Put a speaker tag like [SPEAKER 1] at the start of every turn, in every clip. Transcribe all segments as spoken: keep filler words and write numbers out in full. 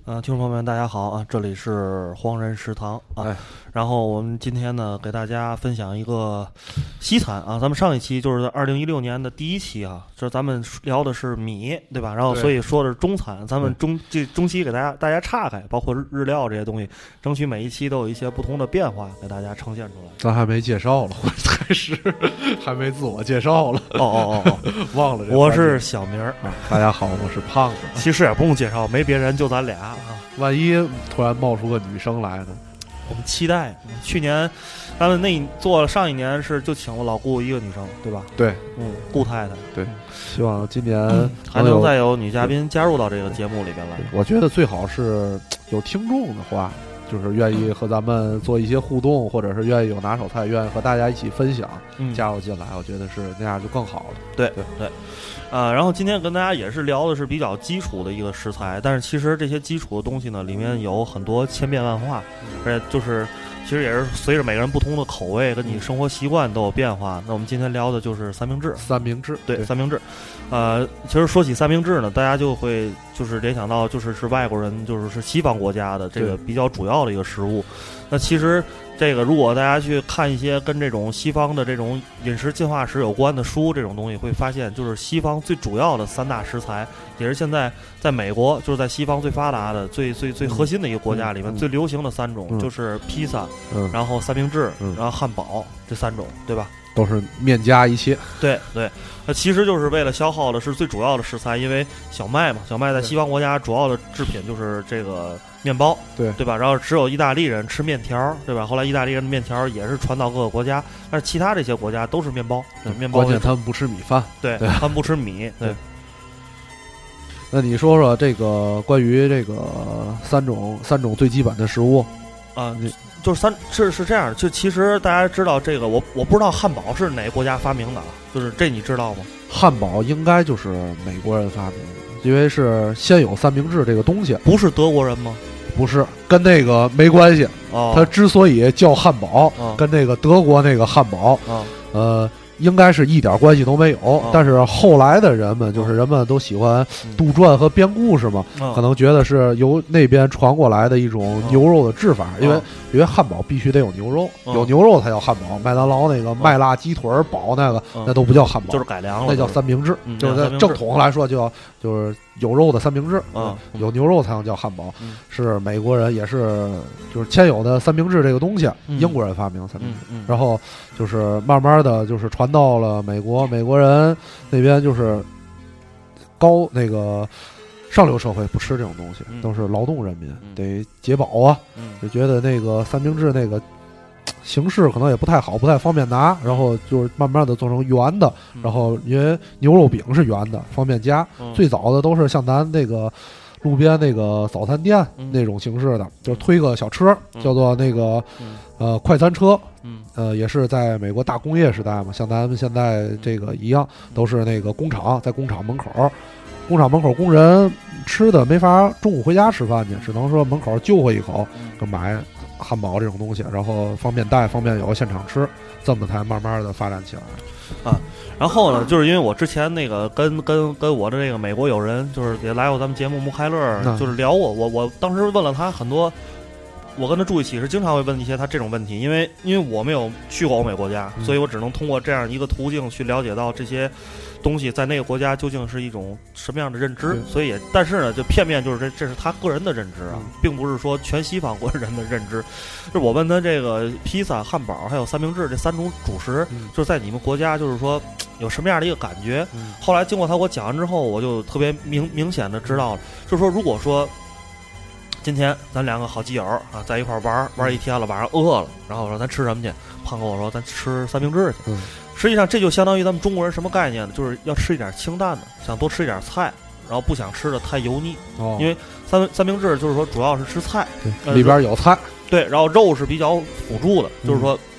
[SPEAKER 1] 呃，听众朋友们，大家好啊！这里是荒人食堂啊。哎、然后我们今天呢，给大家分享一个西餐啊。咱们上一期就是二零一六年的第一期啊，这咱们聊的是米，对吧？然后所以说的是中餐，咱们中这中期给大家大家岔开，包括日料这些东西，争取每一期都有一些不同的变化，给大家呈现出来。
[SPEAKER 2] 咱还没介绍了，我开始还没自我介绍了。
[SPEAKER 1] 哦哦哦哦，
[SPEAKER 2] 忘了这。
[SPEAKER 1] 我是小明儿、
[SPEAKER 2] 啊，大家好，我是胖子。
[SPEAKER 1] 其实也不用介绍，没别人，就咱俩啊。
[SPEAKER 2] 万一突然冒出个女生来呢？
[SPEAKER 1] 我们期待。去年咱们那做上一年是就请了老顾一个女生，对吧？
[SPEAKER 2] 对，
[SPEAKER 1] 嗯，顾太太。
[SPEAKER 2] 对，希望今年、
[SPEAKER 1] 嗯、还能再有女嘉宾加入到这个节目里边来。
[SPEAKER 2] 我觉得最好是有听众的话，就是愿意和咱们做一些互动，或者是愿意有拿手菜，愿意和大家一起分享，
[SPEAKER 1] 嗯、
[SPEAKER 2] 加入进来，我觉得是那样就更好了。
[SPEAKER 1] 对
[SPEAKER 2] 对
[SPEAKER 1] 对。呃，然后今天跟大家也是聊的是比较基础的一个食材，但是其实这些基础的东西呢，里面有很多千变万化，而且就是其实也是随着每个人不同的口味跟你生活习惯都有变化。那我们今天聊的就是三明治。
[SPEAKER 2] 三明治，
[SPEAKER 1] 对，对三明治。呃，其实说起三明治呢，大家就会就是联想到就是是外国人，就是是西方国家的这个比较主要的一个食物。那其实这个如果大家去看一些跟这种西方的这种饮食进化史有关的书，这种东西会发现，就是西方最主要的三大食材，也是现在在美国就是在西方最发达的、最最最核心的一个国家里面、嗯、最流行的三种，嗯、就是披萨、嗯，然后三明治，嗯、然后汉堡这三种，对吧？
[SPEAKER 2] 都是面加一切。
[SPEAKER 1] 对对，那其实就是为了消耗的是最主要的食材，因为小麦嘛，小麦在西方国家主要的制品就是这个面包，
[SPEAKER 2] 对
[SPEAKER 1] 对吧？然后只有意大利人吃面条，对吧？后来意大利人的面条也是传到各个国家，但是其他这些国家都是面包，对面包。
[SPEAKER 2] 关键他们不吃米饭，
[SPEAKER 1] 对，对他们不吃米，对。对
[SPEAKER 2] 那你说说这个关于这个三种三种最基本的食物
[SPEAKER 1] 啊？你就是三是是这样，就其实大家知道这个，我我不知道汉堡是哪个国家发明的，就是这你知道吗？
[SPEAKER 2] 汉堡应该就是美国人发明的，因为是先有三明治这个东西。
[SPEAKER 1] 不是德国人吗？
[SPEAKER 2] 不是，跟那个没关系。
[SPEAKER 1] 哦，
[SPEAKER 2] 它之所以叫汉堡，
[SPEAKER 1] 哦、
[SPEAKER 2] 跟那个德国那个汉堡，
[SPEAKER 1] 哦、
[SPEAKER 2] 呃。应该是一点关系都没有，
[SPEAKER 1] 哦、
[SPEAKER 2] 但是后来的人们，就是人们都喜欢杜撰和编故事嘛，
[SPEAKER 1] 嗯、
[SPEAKER 2] 可能觉得是由那边传过来的一种牛肉的制法，
[SPEAKER 1] 嗯、
[SPEAKER 2] 因为因为汉堡必须得有牛肉，
[SPEAKER 1] 嗯、
[SPEAKER 2] 有牛肉才叫汉堡。麦当劳那个麦辣鸡腿堡那个，
[SPEAKER 1] 嗯、
[SPEAKER 2] 那都不叫汉堡，
[SPEAKER 1] 就是改良了，
[SPEAKER 2] 那叫三明治，
[SPEAKER 1] 嗯、
[SPEAKER 2] 就是在正统来说就叫就是有肉的三明治，
[SPEAKER 1] 嗯、
[SPEAKER 2] 有牛肉才能叫汉堡。
[SPEAKER 1] 嗯、
[SPEAKER 2] 是美国人也是就是先有的三明治这个东西，
[SPEAKER 1] 嗯、
[SPEAKER 2] 英国人发明三明治，
[SPEAKER 1] 嗯嗯、
[SPEAKER 2] 然后就是慢慢的就是传到了美国。美国人那边就是高那个上流社会不吃这种东西，
[SPEAKER 1] 嗯、
[SPEAKER 2] 都是劳动人民，
[SPEAKER 1] 嗯、
[SPEAKER 2] 得解饱啊，
[SPEAKER 1] 嗯、
[SPEAKER 2] 就觉得那个三明治那个形式可能也不太好，不太方便拿，然后就是慢慢的做成圆的，
[SPEAKER 1] 嗯、
[SPEAKER 2] 然后因为牛肉饼是圆的，方便夹。
[SPEAKER 1] 嗯、最
[SPEAKER 2] 早的都是像咱那个路边那个早餐店、
[SPEAKER 1] 嗯、
[SPEAKER 2] 那种形式的，就是推个小车，
[SPEAKER 1] 嗯、
[SPEAKER 2] 叫做那个、
[SPEAKER 1] 嗯、
[SPEAKER 2] 呃快餐车。
[SPEAKER 1] 嗯，
[SPEAKER 2] 呃，也是在美国大工业时代嘛，像咱们现在这个一样，都是那个工厂，在工厂门口，工厂门口工人吃的没法中午回家吃饭去，只能说门口就回一口，就买汉堡这种东西，然后方便带，方便有现场吃，这么才慢慢的发展起来。
[SPEAKER 1] 啊，然后呢，就是因为我之前那个跟跟跟我的这个美国友人，就是也来过咱们节目穆海勒，就是聊我，我我当时问了他很多。我跟他住一起是经常会问一些他这种问题，因为因为我没有去过欧美国家，
[SPEAKER 2] 嗯、
[SPEAKER 1] 所以我只能通过这样一个途径去了解到这些东西在那个国家究竟是一种什么样的认知。所以也，但是呢，就片面就是这这是他个人的认知啊，
[SPEAKER 2] 嗯、
[SPEAKER 1] 并不是说全西方国人的认知。就是我问他这个披萨、汉堡还有三明治这三种主食，
[SPEAKER 2] 嗯、
[SPEAKER 1] 就是在你们国家就是说有什么样的一个感觉？
[SPEAKER 2] 嗯、
[SPEAKER 1] 后来经过他给我讲完之后，我就特别明明显的知道了，就是说如果说。今天咱两个好基友啊，在一块玩玩一天了，晚上饿了，然后我说咱吃什么去？胖哥我说咱吃三明治去。
[SPEAKER 2] 嗯，
[SPEAKER 1] 实际上这就相当于咱们中国人什么概念呢？就是要吃一点清淡的，想多吃一点菜，然后不想吃的太油腻。
[SPEAKER 2] 哦，
[SPEAKER 1] 因为三三明治就是说主要是吃菜，
[SPEAKER 2] 对，里边有菜。
[SPEAKER 1] 对，然后肉是比较辅助的，就是说。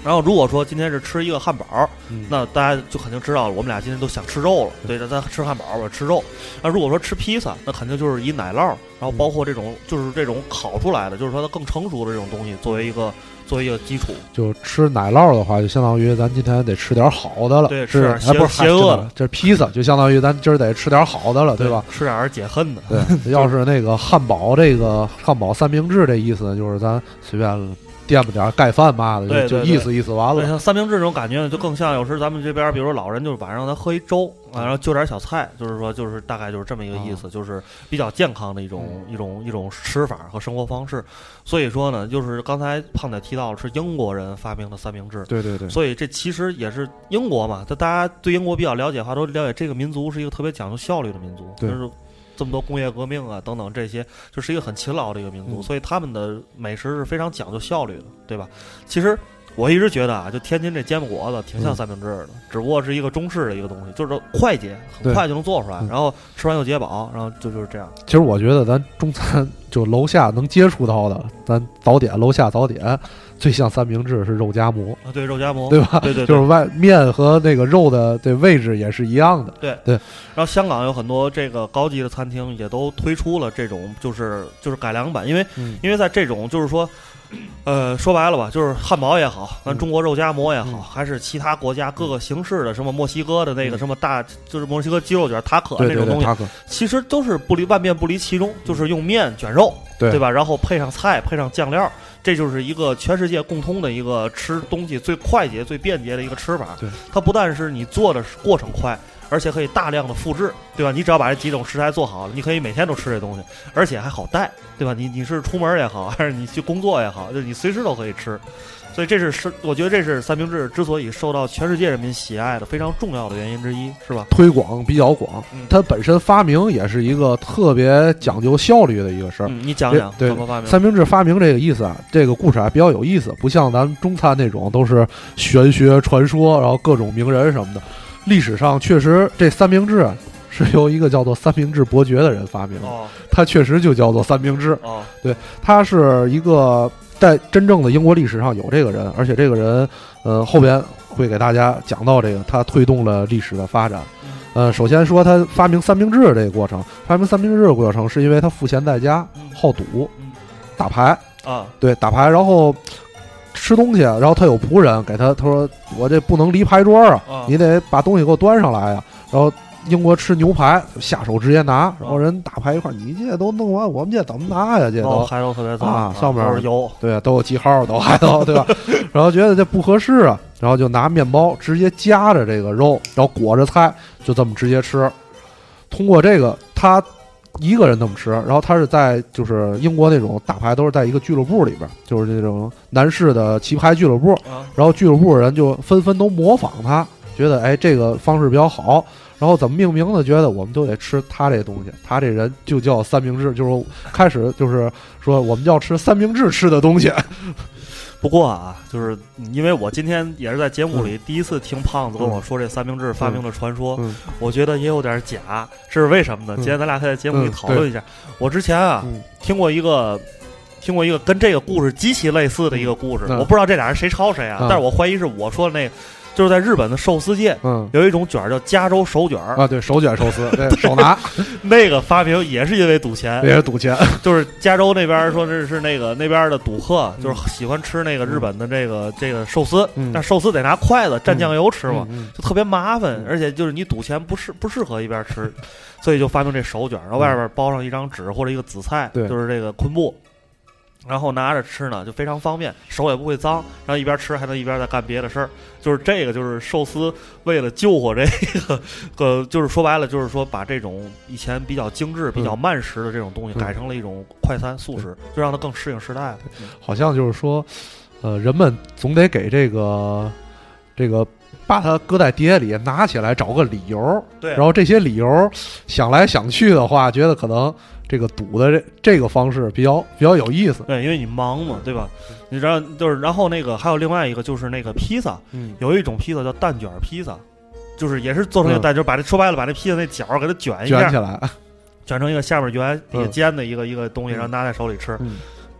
[SPEAKER 1] 然后如果说今天是吃一个汉堡，
[SPEAKER 2] 嗯、
[SPEAKER 1] 那大家就肯定知道了，我们俩今天都想吃肉了，对，咱吃汉堡或者吃肉。那如果说吃披萨，那肯定就是以奶酪，然后包括这种、嗯、就是这种烤出来的，就是说它更成熟的这种东西作为一个作为一个基础。
[SPEAKER 2] 就吃奶酪的话，就相当于咱今天得吃点好的了，
[SPEAKER 1] 对，吃点
[SPEAKER 2] 哎不是
[SPEAKER 1] 邪恶的，
[SPEAKER 2] 这披萨就相当于咱今儿得吃点好的了，对吧？
[SPEAKER 1] 吃点解恨的。
[SPEAKER 2] 对，要是那个汉堡这个汉堡三明治这意思，就是咱随便垫吧点盖饭嘛的，
[SPEAKER 1] 对对对，
[SPEAKER 2] 就意思意思完了。
[SPEAKER 1] 像三明治这种感觉呢，就更像有时咱们这边，比如说老人就是晚上咱喝一粥啊，然后就点小菜，就是说就是大概就是这么一个意思，啊、就是比较健康的一种、嗯、一种一种吃法和生活方式。所以说呢，就是刚才胖仔提到了是英国人发明的三明治，
[SPEAKER 2] 对对对。
[SPEAKER 1] 所以这其实也是英国嘛，大家对英国比较了解的话，都了解这个民族是一个特别讲究效率的民族，
[SPEAKER 2] 对。
[SPEAKER 1] 就是这么多工业革命啊等等这些，就是一个很勤劳的一个民族、
[SPEAKER 2] 嗯、
[SPEAKER 1] 所以他们的美食是非常讲究效率的，对吧？其实我一直觉得啊，就天津这煎饼果子挺像三明治的、嗯、只不过是一个中式的一个东西，就是快捷很快就能做出来、嗯、然后吃完又解饱，然后就就是这样。
[SPEAKER 2] 其实我觉得咱中餐就楼下能接触到的，咱早点楼下早点最像三明治是肉夹馍
[SPEAKER 1] 啊，对，肉夹馍，
[SPEAKER 2] 对吧？
[SPEAKER 1] 对 对, 对，
[SPEAKER 2] 就是外面和那个肉的这位置也是一样的。
[SPEAKER 1] 对
[SPEAKER 2] 对。
[SPEAKER 1] 然后香港有很多这个高级的餐厅也都推出了这种就是就是改良版，因为、嗯、因为在这种就是说，呃，说白了吧，就是汉堡也好，咱中国肉夹馍也好，
[SPEAKER 2] 嗯、
[SPEAKER 1] 还是其他国家各个形式的什么墨西哥的那个什么大，嗯、就是墨西哥鸡肉卷、塔可那种东西，
[SPEAKER 2] 对对对，
[SPEAKER 1] 其实都是不离万变不离其中，就是用面卷肉，
[SPEAKER 2] 对
[SPEAKER 1] 对吧？然后配上菜，配上酱料。这就是一个全世界共通的一个吃东西最快捷、最便捷的一个吃法。
[SPEAKER 2] 对，
[SPEAKER 1] 它不但是你做的过程快，而且可以大量的复制，对吧？你只要把这几种食材做好了，你可以每天都吃这东西，而且还好带，对吧？你你是出门也好，还是你去工作也好，就是你随时都可以吃。所以这是是，我觉得这是三明治之所以受到全世界人民喜爱的非常重要的原因之一，是吧？
[SPEAKER 2] 推广比较广，
[SPEAKER 1] 嗯、
[SPEAKER 2] 它本身发明也是一个特别讲究效率的一个事儿。
[SPEAKER 1] 嗯，你讲讲
[SPEAKER 2] 对
[SPEAKER 1] 怎么发明？
[SPEAKER 2] 三明治发明这个意思啊，这个故事还比较有意思，不像咱们中餐那种都是玄学传说，然后各种名人什么的。历史上确实这三明治是由一个叫做三明治伯爵的人发明的，
[SPEAKER 1] 哦、
[SPEAKER 2] 他确实就叫做三明治。
[SPEAKER 1] 哦，
[SPEAKER 2] 对，他是一个。在真正的英国历史上有这个人，而且这个人，呃，后边会给大家讲到这个，他推动了历史的发展。呃，首先说他发明三明治这个过程，发明三明治的过程是因为他赋闲在家，好赌，打牌
[SPEAKER 1] 啊，
[SPEAKER 2] 对，打牌，然后吃东西，然后他有仆人给他，他说我这不能离牌桌啊，你得把东西给我端上来呀，然后。英国吃牛排，下手直接拿，然后人打牌一块，你这都弄完，我们这怎么拿呀？这都
[SPEAKER 1] 还都特别脏
[SPEAKER 2] 啊，上面
[SPEAKER 1] 都是油，
[SPEAKER 2] 对，都有记号，都还都对吧？然后觉得这不合适啊，然后就拿面包直接夹着这个肉，然后裹着菜，就这么直接吃。通过这个，他一个人这么吃，然后他是在就是英国那种打牌都是在一个俱乐部里边，就是那种男士的棋牌俱乐部，然后俱乐部人就纷纷都模仿他，觉得哎这个方式比较好。然后怎么命名的？觉得我们都得吃他这东西，他这人就叫三明治，就是开始就是说我们要吃三明治吃的东西。
[SPEAKER 1] 不过啊，就是因为我今天也是在节目里第一次听胖子跟我说这三明治发明的传说，
[SPEAKER 2] 嗯嗯、
[SPEAKER 1] 我觉得也有点假，这是为什么呢？
[SPEAKER 2] 嗯、
[SPEAKER 1] 今天咱俩可以在节目里讨论一下。
[SPEAKER 2] 嗯、
[SPEAKER 1] 我之前啊、
[SPEAKER 2] 嗯、
[SPEAKER 1] 听过一个。听过一个跟这个故事极其类似的一个故事，
[SPEAKER 2] 嗯、
[SPEAKER 1] 我不知道这俩人谁抄谁啊，
[SPEAKER 2] 嗯、
[SPEAKER 1] 但是我怀疑是我说的那个，就是在日本的寿司界，
[SPEAKER 2] 嗯，
[SPEAKER 1] 有一种卷叫加州手卷
[SPEAKER 2] 啊，对，手卷寿司，对，手拿，
[SPEAKER 1] 那个发明也是因为赌钱，
[SPEAKER 2] 也是赌钱，
[SPEAKER 1] 就是加州那边说是是那个那边的赌客，就是喜欢吃那个日本的这个、嗯、这个寿司，
[SPEAKER 2] 嗯、
[SPEAKER 1] 但寿司得拿筷子蘸酱油吃嘛，
[SPEAKER 2] 嗯嗯、
[SPEAKER 1] 就特别麻烦，而且就是你赌钱不适不适合一边吃，所以就发明这手卷，然后外边包上一张纸或者一个紫菜，
[SPEAKER 2] 对，
[SPEAKER 1] 就是这个昆布。然后拿着吃呢，就非常方便，手也不会脏，然后一边吃还能一边在干别的事儿。就是这个，就是寿司为了救活这个，呃，就是说白了，就是说把这种以前比较精致、比较慢食的这种东西，改成了一种快餐速食，就让它更适应时代了。
[SPEAKER 2] 好像就是说，呃，人们总得给这个这个。把它搁在碟里，拿起来找个理由，
[SPEAKER 1] 对，
[SPEAKER 2] 然后这些理由想来想去的话，觉得可能这个赌的这这个方式比较比较有意思。
[SPEAKER 1] 对，因为你忙嘛，对吧？你知道，就是然后那个还有另外一个就是那个披萨，
[SPEAKER 2] 嗯，
[SPEAKER 1] 有一种披萨叫蛋卷披萨，就是也是做成一个蛋，嗯、就是把这说白了，把这披萨那角给它卷一下，
[SPEAKER 2] 卷起来，
[SPEAKER 1] 卷成一个下面圆底下尖的一个、嗯、一个东西，然后拿在手里吃。
[SPEAKER 2] 嗯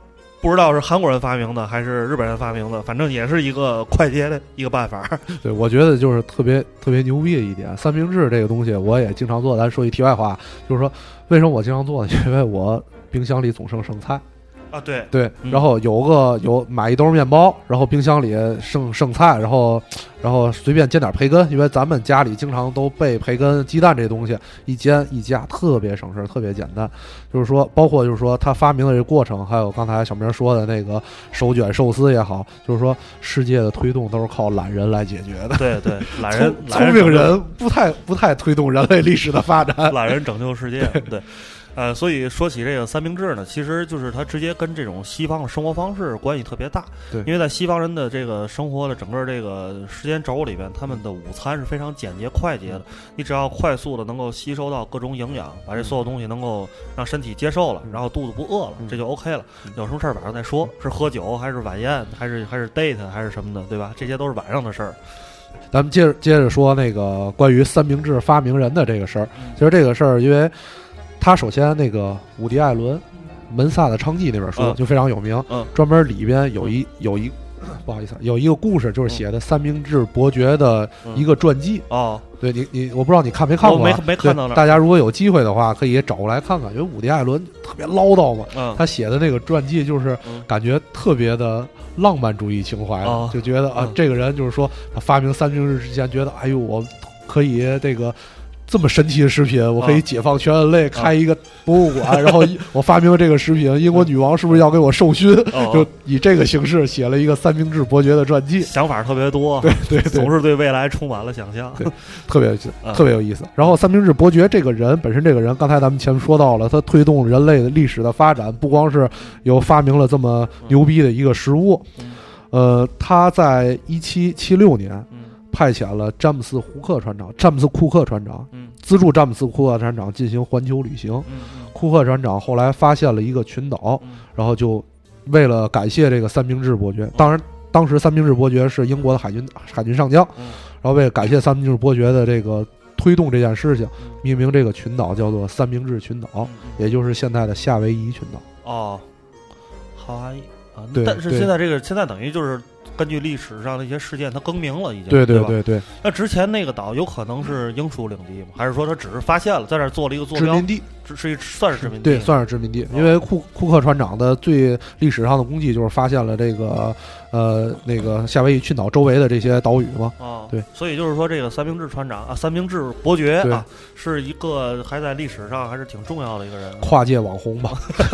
[SPEAKER 1] 不知道是韩国人发明的还是日本人发明的，反正也是一个快捷的一个办法。
[SPEAKER 2] 对，我觉得就是特别特别牛逼的一点，三明治这个东西我也经常做。咱说一题外话，就是说为什么我经常做呢？因为我冰箱里总剩剩菜。
[SPEAKER 1] 啊，对
[SPEAKER 2] 对，然后有个有买一兜面包，然后冰箱里剩剩菜，然后然后随便煎点培根，因为咱们家里经常都备培根、鸡蛋这东西，一煎一夹特别省事，特别简单。就是说，包括就是说他发明的这个过程，还有刚才小明说的那个手卷寿司也好，就是说世界的推动都是靠懒人来解决的。
[SPEAKER 1] 对对，懒人
[SPEAKER 2] 聪明人不太不太推动人类历史的发展，
[SPEAKER 1] 懒人拯救世界。对。对呃，所以说起这个三明治呢，其实就是它直接跟这种西方的生活方式关系特别大。
[SPEAKER 2] 对，
[SPEAKER 1] 因为在西方人的这个生活的整个这个时间轴里边，他们的午餐是非常简洁快捷的。你只要快速的能够吸收到各种营养，把这所有东西能够让身体接受了，然后肚子不饿了，这就 OK 了。有什么事儿晚上再说，是喝酒还是晚宴，还是还是 date 还是什么的，对吧？这些都是晚上的事儿。
[SPEAKER 2] 咱们接着接着说那个关于三明治发明人的这个事儿。其实这个事儿，因为他首先那个伍迪·艾伦《门萨的娼妓》那本书就非常有名，
[SPEAKER 1] 嗯，
[SPEAKER 2] 专门里边有一有一不好意思，有一个故事，就是写的三明治伯爵的一个传记。
[SPEAKER 1] 哦，
[SPEAKER 2] 对你你，我不知道你看没看过、啊，
[SPEAKER 1] 没没看到那。
[SPEAKER 2] 大家如果有机会的话，可以找过来看看，因为伍迪·艾伦特别唠叨嘛，
[SPEAKER 1] 嗯，
[SPEAKER 2] 他写的那个传记就是感觉特别的浪漫主义情怀，
[SPEAKER 1] 嗯、
[SPEAKER 2] 就觉得啊、嗯，这个人就是说他发明三明治之前，觉得哎呦，我可以这个。这么神奇的食品，我可以解放全人类，
[SPEAKER 1] 啊、
[SPEAKER 2] 开一个博物馆，啊、然后我发明了这个食品，英国女王是不是要给我授勋？
[SPEAKER 1] 哦、
[SPEAKER 2] 就以这个形式写了一个三明治伯爵的传记，
[SPEAKER 1] 想法特别多，
[SPEAKER 2] 对对对，
[SPEAKER 1] 总是对未来充满了想象，
[SPEAKER 2] 对，特别特别有意思。然后三明治伯爵这个人本身，这个人刚才咱们前面说到了，他推动人类的历史的发展，不光是有发明了这么牛逼的一个食物，呃，他在一七七六年。派遣了詹姆斯·胡克船长，詹姆斯·库克船长，
[SPEAKER 1] 嗯，
[SPEAKER 2] 资助詹姆斯·库克船长进行环球旅行。
[SPEAKER 1] 嗯，
[SPEAKER 2] 库克船长后来发现了一个群岛，
[SPEAKER 1] 嗯、
[SPEAKER 2] 然后就为了感谢这个三明治伯爵，当然当时三明治伯爵是英国的海军海军上将，
[SPEAKER 1] 嗯，
[SPEAKER 2] 然后为了感谢三明治伯爵的这个推动这件事情，命名这个群岛叫做三明治群岛，
[SPEAKER 1] 嗯、
[SPEAKER 2] 也就是现在的夏威夷群岛。
[SPEAKER 1] 哦，好安逸啊！
[SPEAKER 2] 对，
[SPEAKER 1] 但是现在这个现在等于就是。根据历史上的一些事件，它更名了，已经
[SPEAKER 2] 对
[SPEAKER 1] 对
[SPEAKER 2] 对对对。
[SPEAKER 1] 那之前那个岛有可能是英属领地吗？还是说它只是发现了，在这儿做了一个坐标？
[SPEAKER 2] 殖民地，
[SPEAKER 1] 是一算是殖民地，
[SPEAKER 2] 对，算是殖民地。因为库库克船长的最历史上的功绩就是发现了这个呃那个夏威夷群岛周围的这些岛屿嘛。
[SPEAKER 1] 哦，
[SPEAKER 2] 对，
[SPEAKER 3] 啊
[SPEAKER 1] 所以就是说这个三明治船长啊，三明治伯爵啊，是一个还在历史上还是挺重要的一个人，
[SPEAKER 2] 跨界网红吧。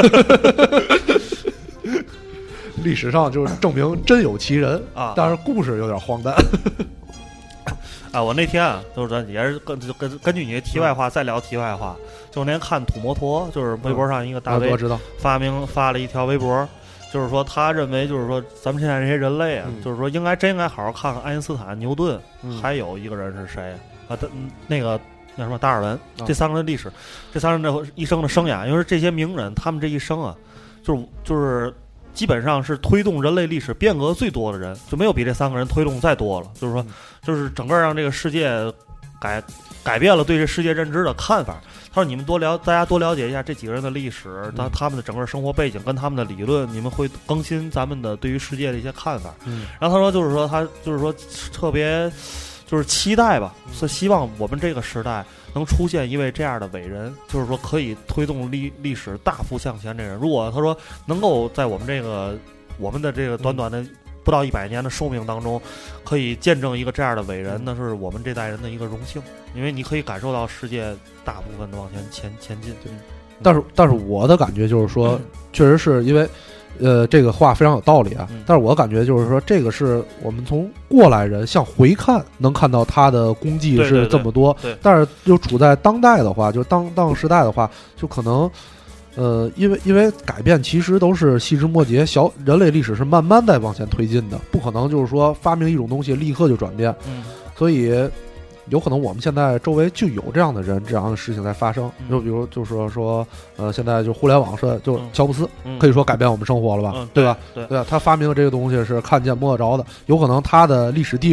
[SPEAKER 2] 历史上就是证明真有其人
[SPEAKER 1] 啊，
[SPEAKER 2] 但是故事有点荒诞。
[SPEAKER 1] 啊，我那天啊，就是咱也是根根根据你的题外话、嗯、再聊题外话。就那天看土摩托，就是微博上一个大 V 发明发了一条微博，就是说他认为就是说咱们现在这些人类啊，
[SPEAKER 2] 嗯、
[SPEAKER 1] 就是说应该真应该好好看看爱因斯坦、牛顿，
[SPEAKER 2] 嗯、
[SPEAKER 1] 还有一个人是谁啊？他那个叫什么达尔文，
[SPEAKER 2] 啊、
[SPEAKER 1] 这三个人的历史，这三个人的一生的生涯，因为这些名人他们这一生啊，就是就是。基本上是推动人类历史变革最多的人，就没有比这三个人推动再多了。就是说，就是整个让这个世界改改变了对这世界认知的看法。他说：“你们多了，大家多了解一下这几个人的历史，他他们的整个生活背景跟他们的理论，你们会更新咱们的对于世界的一些看法。”
[SPEAKER 2] 嗯，
[SPEAKER 1] 然后他说：“就是说，他就是说特别就是期待吧，所以希望我们这个时代。”能出现一位这样的伟人，就是说可以推动历历史大幅向前这人。如果他说能够在我们这个我们的这个短短的不到一百年的寿命当中，可以见证一个这样的伟人，那是我们这代人的一个荣幸。因为你可以感受到世界大部分的往前前前进。
[SPEAKER 2] 对，但是但是我的感觉就是说，嗯、确实是因为。呃，这个话非常有道理啊，
[SPEAKER 1] 嗯、
[SPEAKER 2] 但是我感觉就是说，这个是我们从过来人向回看，能看到他的功绩是这么多。
[SPEAKER 1] 对对对对，
[SPEAKER 2] 但是就处在当代的话，就当当时代的话，就可能，呃，因为因为改变其实都是细枝末节，小人类历史是慢慢在往前推进的，不可能就是说发明一种东西立刻就转变。
[SPEAKER 1] 嗯，
[SPEAKER 2] 所以。有可能我们现在周围就有这样的人，这样的事情在发生。就比如，就是说说，呃，现在就互联网是，就乔布斯、
[SPEAKER 1] 嗯、
[SPEAKER 2] 可以说改变我们生活了吧，
[SPEAKER 1] 嗯、
[SPEAKER 2] 对吧？
[SPEAKER 1] 对
[SPEAKER 2] 对啊，他发明的这个东西是看见摸得着的，有可能他的历史地位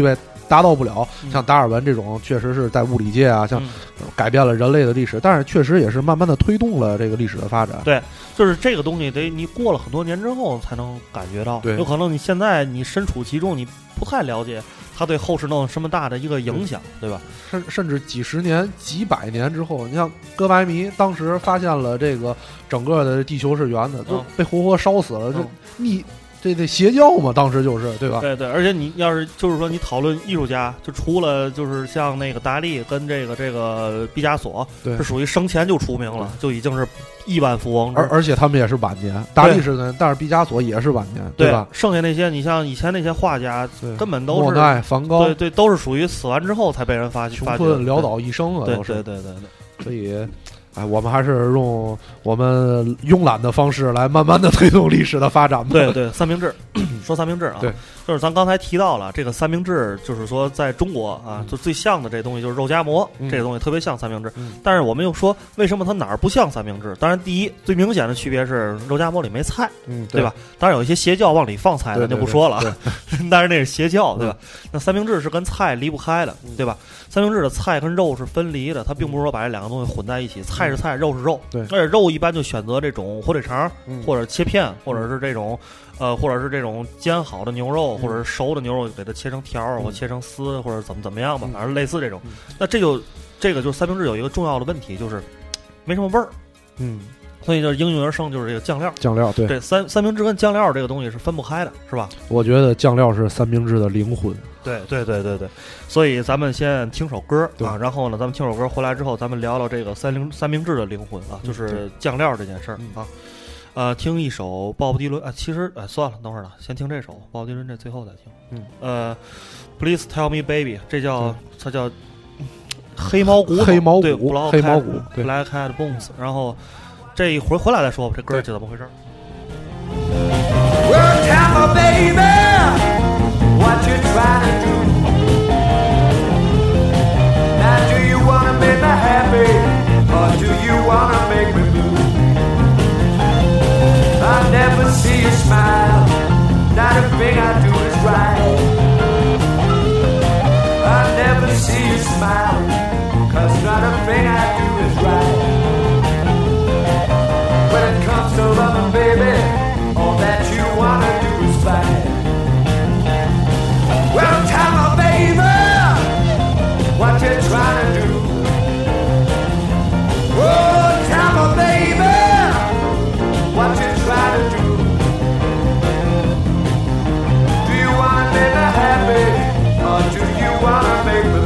[SPEAKER 2] 达到不了像达尔文这种确实是在物理界啊，像改变了人类的历史，但是确实也是慢慢的推动了这个历史的发展。
[SPEAKER 1] 对，就是这个东西得你过了很多年之后才能感觉到，
[SPEAKER 2] 对，
[SPEAKER 1] 有可能你现在你身处其中，你不太了解它对后世能有什么大的一个影响， 对, 对吧？
[SPEAKER 2] 甚甚至几十年、几百年之后，你像哥白尼当时发现了这个整个的地球是圆的，都被活活烧死了，这逆。这这邪教嘛，当时就是对吧？
[SPEAKER 1] 对对，而且你要是就是说你讨论艺术家，就除了就是像那个达利跟这个这个毕加索，是属于生前就出名了，就已经是亿万富翁。
[SPEAKER 2] 而而且他们也是晚年，达利是跟，但是毕加索也是晚年，
[SPEAKER 1] 对
[SPEAKER 2] 吧？
[SPEAKER 1] 剩下那些，你像以前那些画家，根本都是
[SPEAKER 2] 莫奈、梵高，
[SPEAKER 1] 对对，都是属于死完之后才被人发
[SPEAKER 2] 穷困潦倒一生啊，
[SPEAKER 1] 对
[SPEAKER 2] 都是
[SPEAKER 1] 对对对对，
[SPEAKER 2] 所以。哎，我们还是用我们慵懒的方式来慢慢的推动历史的发展吧。
[SPEAKER 1] 对对，三明治，说三明治啊，
[SPEAKER 2] 对，
[SPEAKER 1] 就是咱刚才提到了这个三明治，就是说在中国啊，就最像的这东西就是肉夹馍，
[SPEAKER 2] 嗯、
[SPEAKER 1] 这个东西特别像三明治。
[SPEAKER 2] 嗯、
[SPEAKER 1] 但是我们又说，为什么它哪儿不像三明治？当然，第一最明显的区别是肉夹馍里没菜，
[SPEAKER 2] 嗯，
[SPEAKER 1] 对吧？当然有一些邪教往里放菜，咱就不说了，
[SPEAKER 2] 对对
[SPEAKER 1] 对但是那是邪教，对吧？嗯、那三明治是跟菜离不开的，对吧？三明治的菜跟肉是分离的，它并不是说把这两个东西混在一起，菜是菜，肉是肉。
[SPEAKER 2] 对，
[SPEAKER 1] 而且肉一般就选择这种火腿肠，
[SPEAKER 2] 嗯、
[SPEAKER 1] 或者切片，或者是这种，呃，或者是这种煎好的牛肉，
[SPEAKER 2] 嗯、
[SPEAKER 1] 或者是熟的牛肉，给它切成条儿，
[SPEAKER 2] 嗯、
[SPEAKER 1] 或切成丝，或者怎么怎么样吧，
[SPEAKER 2] 嗯、
[SPEAKER 1] 反正类似这种。
[SPEAKER 2] 嗯、
[SPEAKER 1] 那这就这个就是三明治有一个重要的问题，就是没什么味儿。
[SPEAKER 2] 嗯。
[SPEAKER 1] 所以就是应运而生，就是这个酱料。
[SPEAKER 2] 酱料，对，
[SPEAKER 1] 对，三三明治跟酱料这个东西是分不开的，是吧？
[SPEAKER 2] 我觉得酱料是三明治的灵魂。
[SPEAKER 1] 对对对对对，所以咱们先听首歌啊，然后呢，咱们听首歌回来之后，咱们聊聊这个三明三明治的灵魂啊，就是酱料这件事儿、嗯、啊。呃，听一首鲍勃迪伦啊，其实哎算了，等会儿了，先听这首鲍勃迪伦，这最后再听。
[SPEAKER 2] 嗯，
[SPEAKER 1] 呃 ，Please Tell Me Baby， 这叫它叫黑毛骨，
[SPEAKER 2] 黑毛骨，
[SPEAKER 1] 对，
[SPEAKER 2] 黑毛骨
[SPEAKER 1] ，Black Cat Bones， 然后。这一回回来再说吧，这歌是怎么回事
[SPEAKER 3] ？Well, tell me, baby, what you trying to do? Now, do you wanna make me happy, or do you wanna make me blue? I never see you smile, not a thing I do is right. I never see you smile, 'cause not a thing I do is right.When it comes to loving, baby, all that you wanna do is fight. Well, tell me, baby, what you trying to do? Oh, tell me, baby, what you trying to do? Do you wanna make me happy, or do you wanna make me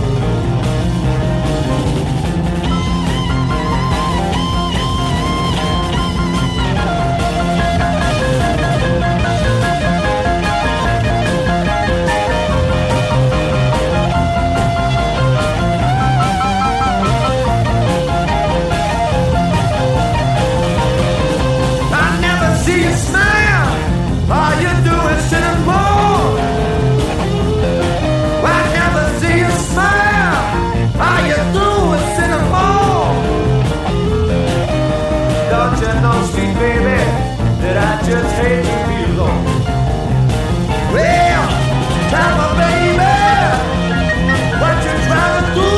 [SPEAKER 3] blue.All you do is sit and moan. I never see you smile. All you do is sit and moan. Don't you know, sweet baby, that I just hate to be alone. Well, tell me, baby, what you trying to do?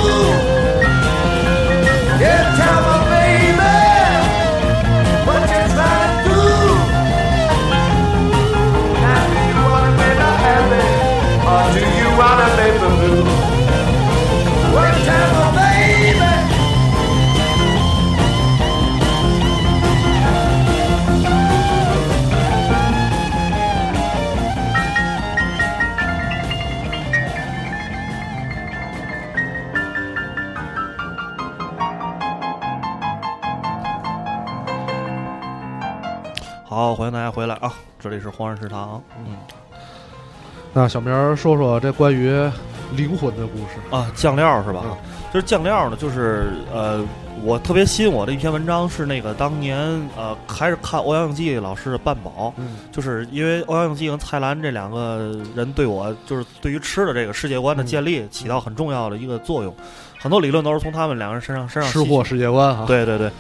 [SPEAKER 3] Yeah, tell me, baby, what you trying to do?Or do you wanna make me blue? Well, tell me, baby.
[SPEAKER 1] 好，欢迎大家回来啊！这里是黄人食堂，嗯。
[SPEAKER 2] 那小明说说这关于灵魂的故事
[SPEAKER 1] 啊，酱料是吧？嗯、就是酱料呢，就是呃，我特别吸引我的一篇文章是那个当年呃，还是看欧阳应季老师的《半饱》，
[SPEAKER 2] 嗯，
[SPEAKER 1] 就是因为欧阳应季跟蔡澜这两个人对我就是对于吃的这个世界观的建立起到很重要的一个作用，很多理论都是从他们两个人身上身上
[SPEAKER 2] 吃货世界观啊，
[SPEAKER 1] 对对对。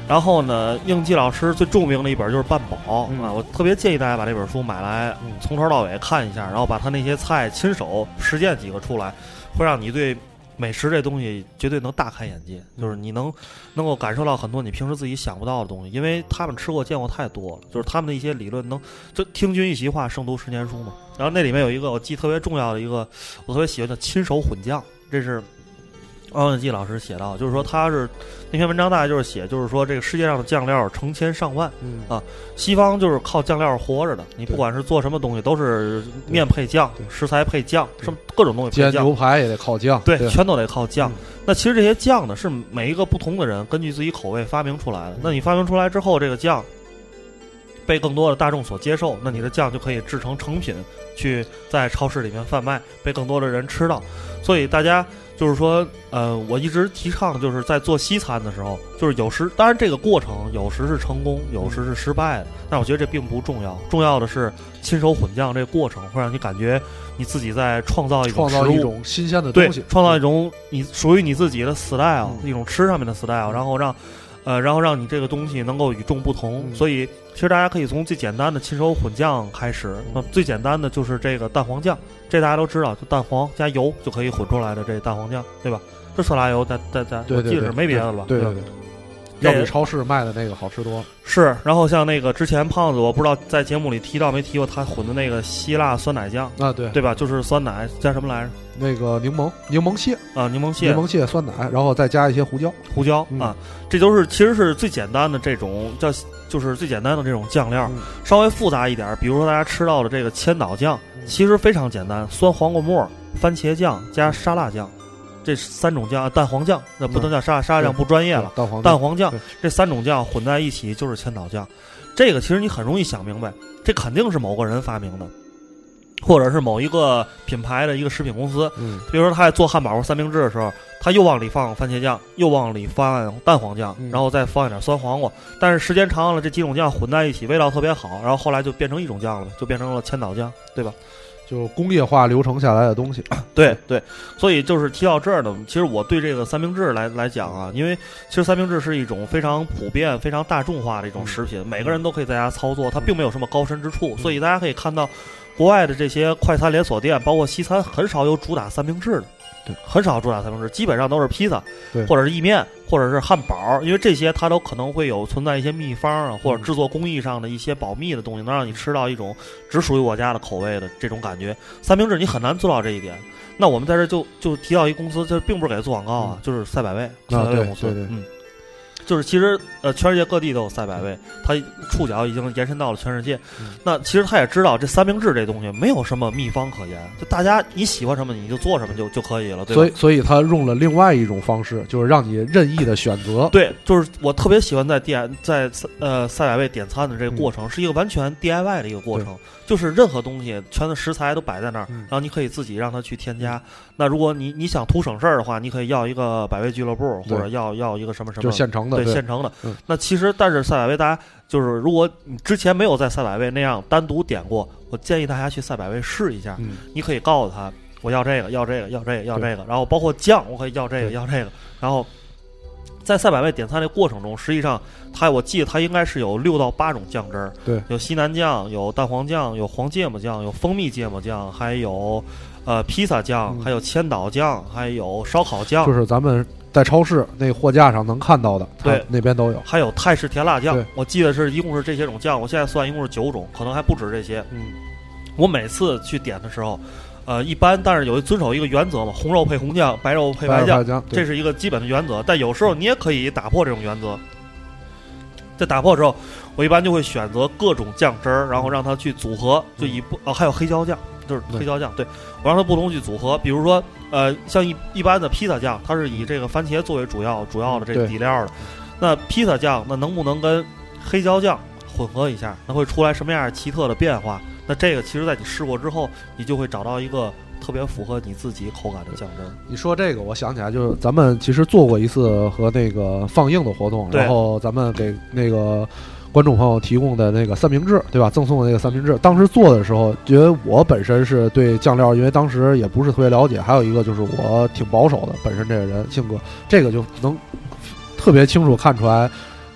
[SPEAKER 1] 然后呢，应季老师最著名的一本就是《半宝》
[SPEAKER 2] 嗯
[SPEAKER 1] 啊，我特别建议大家把这本书买来，
[SPEAKER 2] 嗯
[SPEAKER 1] 从头到尾看一下，然后把他那些菜亲手实践几个出来，会让你对美食这东西绝对能大开眼界，就是你能能够感受到很多你平时自己想不到的东西，因为他们吃过见过太多了，就是他们的一些理论能就听君一席话，胜读十年书嘛。然后那里面有一个我记特别重要的一个，我特别喜欢的亲手混酱，这是汪永季老师写到，就是说他是那篇文章大概就是写，就是说这个世界上的酱料成千上万，
[SPEAKER 2] 嗯
[SPEAKER 1] 啊，西方就是靠酱料活着的，你不管是做什么东西，都是面配酱，食材配酱，什么各种东西配酱，
[SPEAKER 2] 煎牛排也得靠酱，
[SPEAKER 1] 对，
[SPEAKER 2] 对
[SPEAKER 1] 全都得靠酱。
[SPEAKER 2] 嗯
[SPEAKER 1] 那其实这些酱呢，是每一个不同的人根据自己口味发明出来的。那你发明出来之后，这个酱被更多的大众所接受，那你的酱就可以制成成品，去在超市里面贩卖，被更多的人吃到。所以大家就是说，呃，我一直提倡，就是在做西餐的时候，就是有时，当然这个过程有时是成功，有时是失败的，但我觉得这并不重要，重要的是亲手混酱这个过程会让你感觉你自己在创造一种
[SPEAKER 2] 创造一种新鲜的东西，
[SPEAKER 1] 创造一种你属于你自己的 style，、
[SPEAKER 2] 嗯、
[SPEAKER 1] 一种吃上面的 style， 然后让，呃，然后让你这个东西能够与众不同。
[SPEAKER 2] 嗯、
[SPEAKER 1] 所以，其实大家可以从最简单的亲手混酱开始。那、嗯、最简单的就是这个蛋黄酱，这大家都知道，就蛋黄加油就可以混出来的这蛋黄酱，对吧？这色拉油，再再再，我记得是没别的了吧？
[SPEAKER 2] 对对对。要比超市卖的那个好吃多。
[SPEAKER 1] 是，然后像那个之前胖子，我不知道在节目里提到没提过，他混的那个希腊酸奶酱
[SPEAKER 2] 啊，对
[SPEAKER 1] 对吧？就是酸奶加什么来着？
[SPEAKER 2] 那个柠檬柠檬蟹
[SPEAKER 1] 啊，柠檬蟹，
[SPEAKER 2] 柠檬蟹酸奶，然后再加一些胡椒，
[SPEAKER 1] 胡椒、嗯、啊，这都是其实是最简单的这种叫，就是最简单的这种酱料。
[SPEAKER 2] 嗯、
[SPEAKER 1] 稍微复杂一点，比如说大家吃到的这个千岛酱，
[SPEAKER 2] 嗯、
[SPEAKER 1] 其实非常简单，酸黄瓜末、番茄酱加沙拉酱。这三种酱，蛋黄酱那不能叫沙拉，沙拉酱不专业了。
[SPEAKER 2] 蛋黄
[SPEAKER 1] 蛋黄酱这三种酱混在一起就是千岛酱。这个其实你很容易想明白，这肯定是某个人发明的，或者是某一个品牌的一个食品公司。
[SPEAKER 2] 嗯，
[SPEAKER 1] 比如说他在做汉堡或三明治的时候，他又往里放番茄酱，又往里放蛋黄酱，
[SPEAKER 2] 嗯、
[SPEAKER 1] 然后再放一点酸黄瓜。但是时间长了，这几种酱混在一起，味道特别好，然后后来就变成一种酱了，就变成了千岛酱，对吧？
[SPEAKER 2] 就工业化流程下来的东西，
[SPEAKER 1] 对对，所以就是提到这儿呢，其实我对这个三明治来来讲啊，因为其实三明治是一种非常普遍、非常大众化的一种食品，每个人都可以在家操作，它并没有什么高深之处，所以大家可以看到，国外的这些快餐连锁店，包括西餐，很少有主打三明治的。
[SPEAKER 2] 对，
[SPEAKER 1] 很少主打三明治，基本上都是披萨，
[SPEAKER 2] 对，
[SPEAKER 1] 或者是意面，或者是汉堡，因为这些它都可能会有存在一些秘方啊，或者制作工艺上的一些保密的东西，能让你吃到一种只属于我家的口味的这种感觉。三明治你很难做到这一点。那我们在这就就提到一公司，这并不是给做广告啊，
[SPEAKER 2] 嗯、
[SPEAKER 1] 就是赛百味，赛
[SPEAKER 2] 啊，
[SPEAKER 1] 百味公司，
[SPEAKER 2] 对对对，
[SPEAKER 1] 嗯。就是其实呃，全世界各地都有赛百味，它触角已经延伸到了全世界。
[SPEAKER 2] 嗯、
[SPEAKER 1] 那其实他也知道这三明治这东西没有什么秘方可言，就大家你喜欢什么你就做什么就就可以了，对吧？
[SPEAKER 2] 所以所以他用了另外一种方式，就是让你任意的选择。
[SPEAKER 1] 对，就是我特别喜欢在点在呃赛百味点餐的这个过程，嗯、是一个完全 D I Y 的一个过程，就是任何东西全的食材都摆在那儿，
[SPEAKER 2] 嗯、
[SPEAKER 1] 然后你可以自己让它去添加。那如果你你想图省事儿的话，你可以要一个百味俱乐部，或者要要一个什么什么，
[SPEAKER 2] 就是现成的，
[SPEAKER 1] 对，
[SPEAKER 2] 对
[SPEAKER 1] 现成的。
[SPEAKER 2] 嗯、
[SPEAKER 1] 那其实，但是赛百味大家就是，如果你之前没有在赛百味那样单独点过，我建议大家去赛百味试一下。
[SPEAKER 2] 嗯、
[SPEAKER 1] 你可以告诉他，我要这个，要这个，要这个，要这个，然后包括酱，我可以要这个，要这个。然后在赛百味点餐的过程中，实际上它我记得它应该是有六到八种酱汁儿，
[SPEAKER 2] 对，
[SPEAKER 1] 有西南酱，有蛋黄酱，有黄芥末酱，有蜂蜜芥末酱，还有。呃，披萨酱，
[SPEAKER 2] 嗯、
[SPEAKER 1] 还有千岛酱，还有烧烤酱，
[SPEAKER 2] 就是咱们在超市那货架上能看到的，
[SPEAKER 1] 对，
[SPEAKER 2] 那边都有。
[SPEAKER 1] 还有泰式甜辣酱，我记得是一共是这些种酱，我现在算一共是九种，可能还不止这些。
[SPEAKER 2] 嗯，
[SPEAKER 1] 我每次去点的时候，呃，一般但是有遵守一个原则嘛，红肉配红酱，白肉配白酱，
[SPEAKER 2] 酱
[SPEAKER 1] 这是一个基本的原则。但有时候你也可以打破这种原则。在打破之后，我一般就会选择各种酱汁儿，然后让它去组合，就以不哦，还有黑椒酱。就是黑椒酱，对，我让它不同去组合，比如说，呃，像一一般的披萨酱，它是以这个番茄作为主要主要的这个底料的。那披萨酱，那能不能跟黑椒酱混合一下？那会出来什么样奇特的变化？那这个其实在你试过之后，你就会找到一个特别符合你自己口感的酱汁。
[SPEAKER 2] 你说这个，我想起来，就是咱们其实做过一次和那个放映的活动，然后咱们给那个。观众朋友提供的那个三明治，对吧？赠送的那个三明治，当时做的时候，觉得我本身是对酱料，因为当时也不是特别了解，还有一个就是我挺保守的，本身这个人性格，这个就能特别清楚看出来，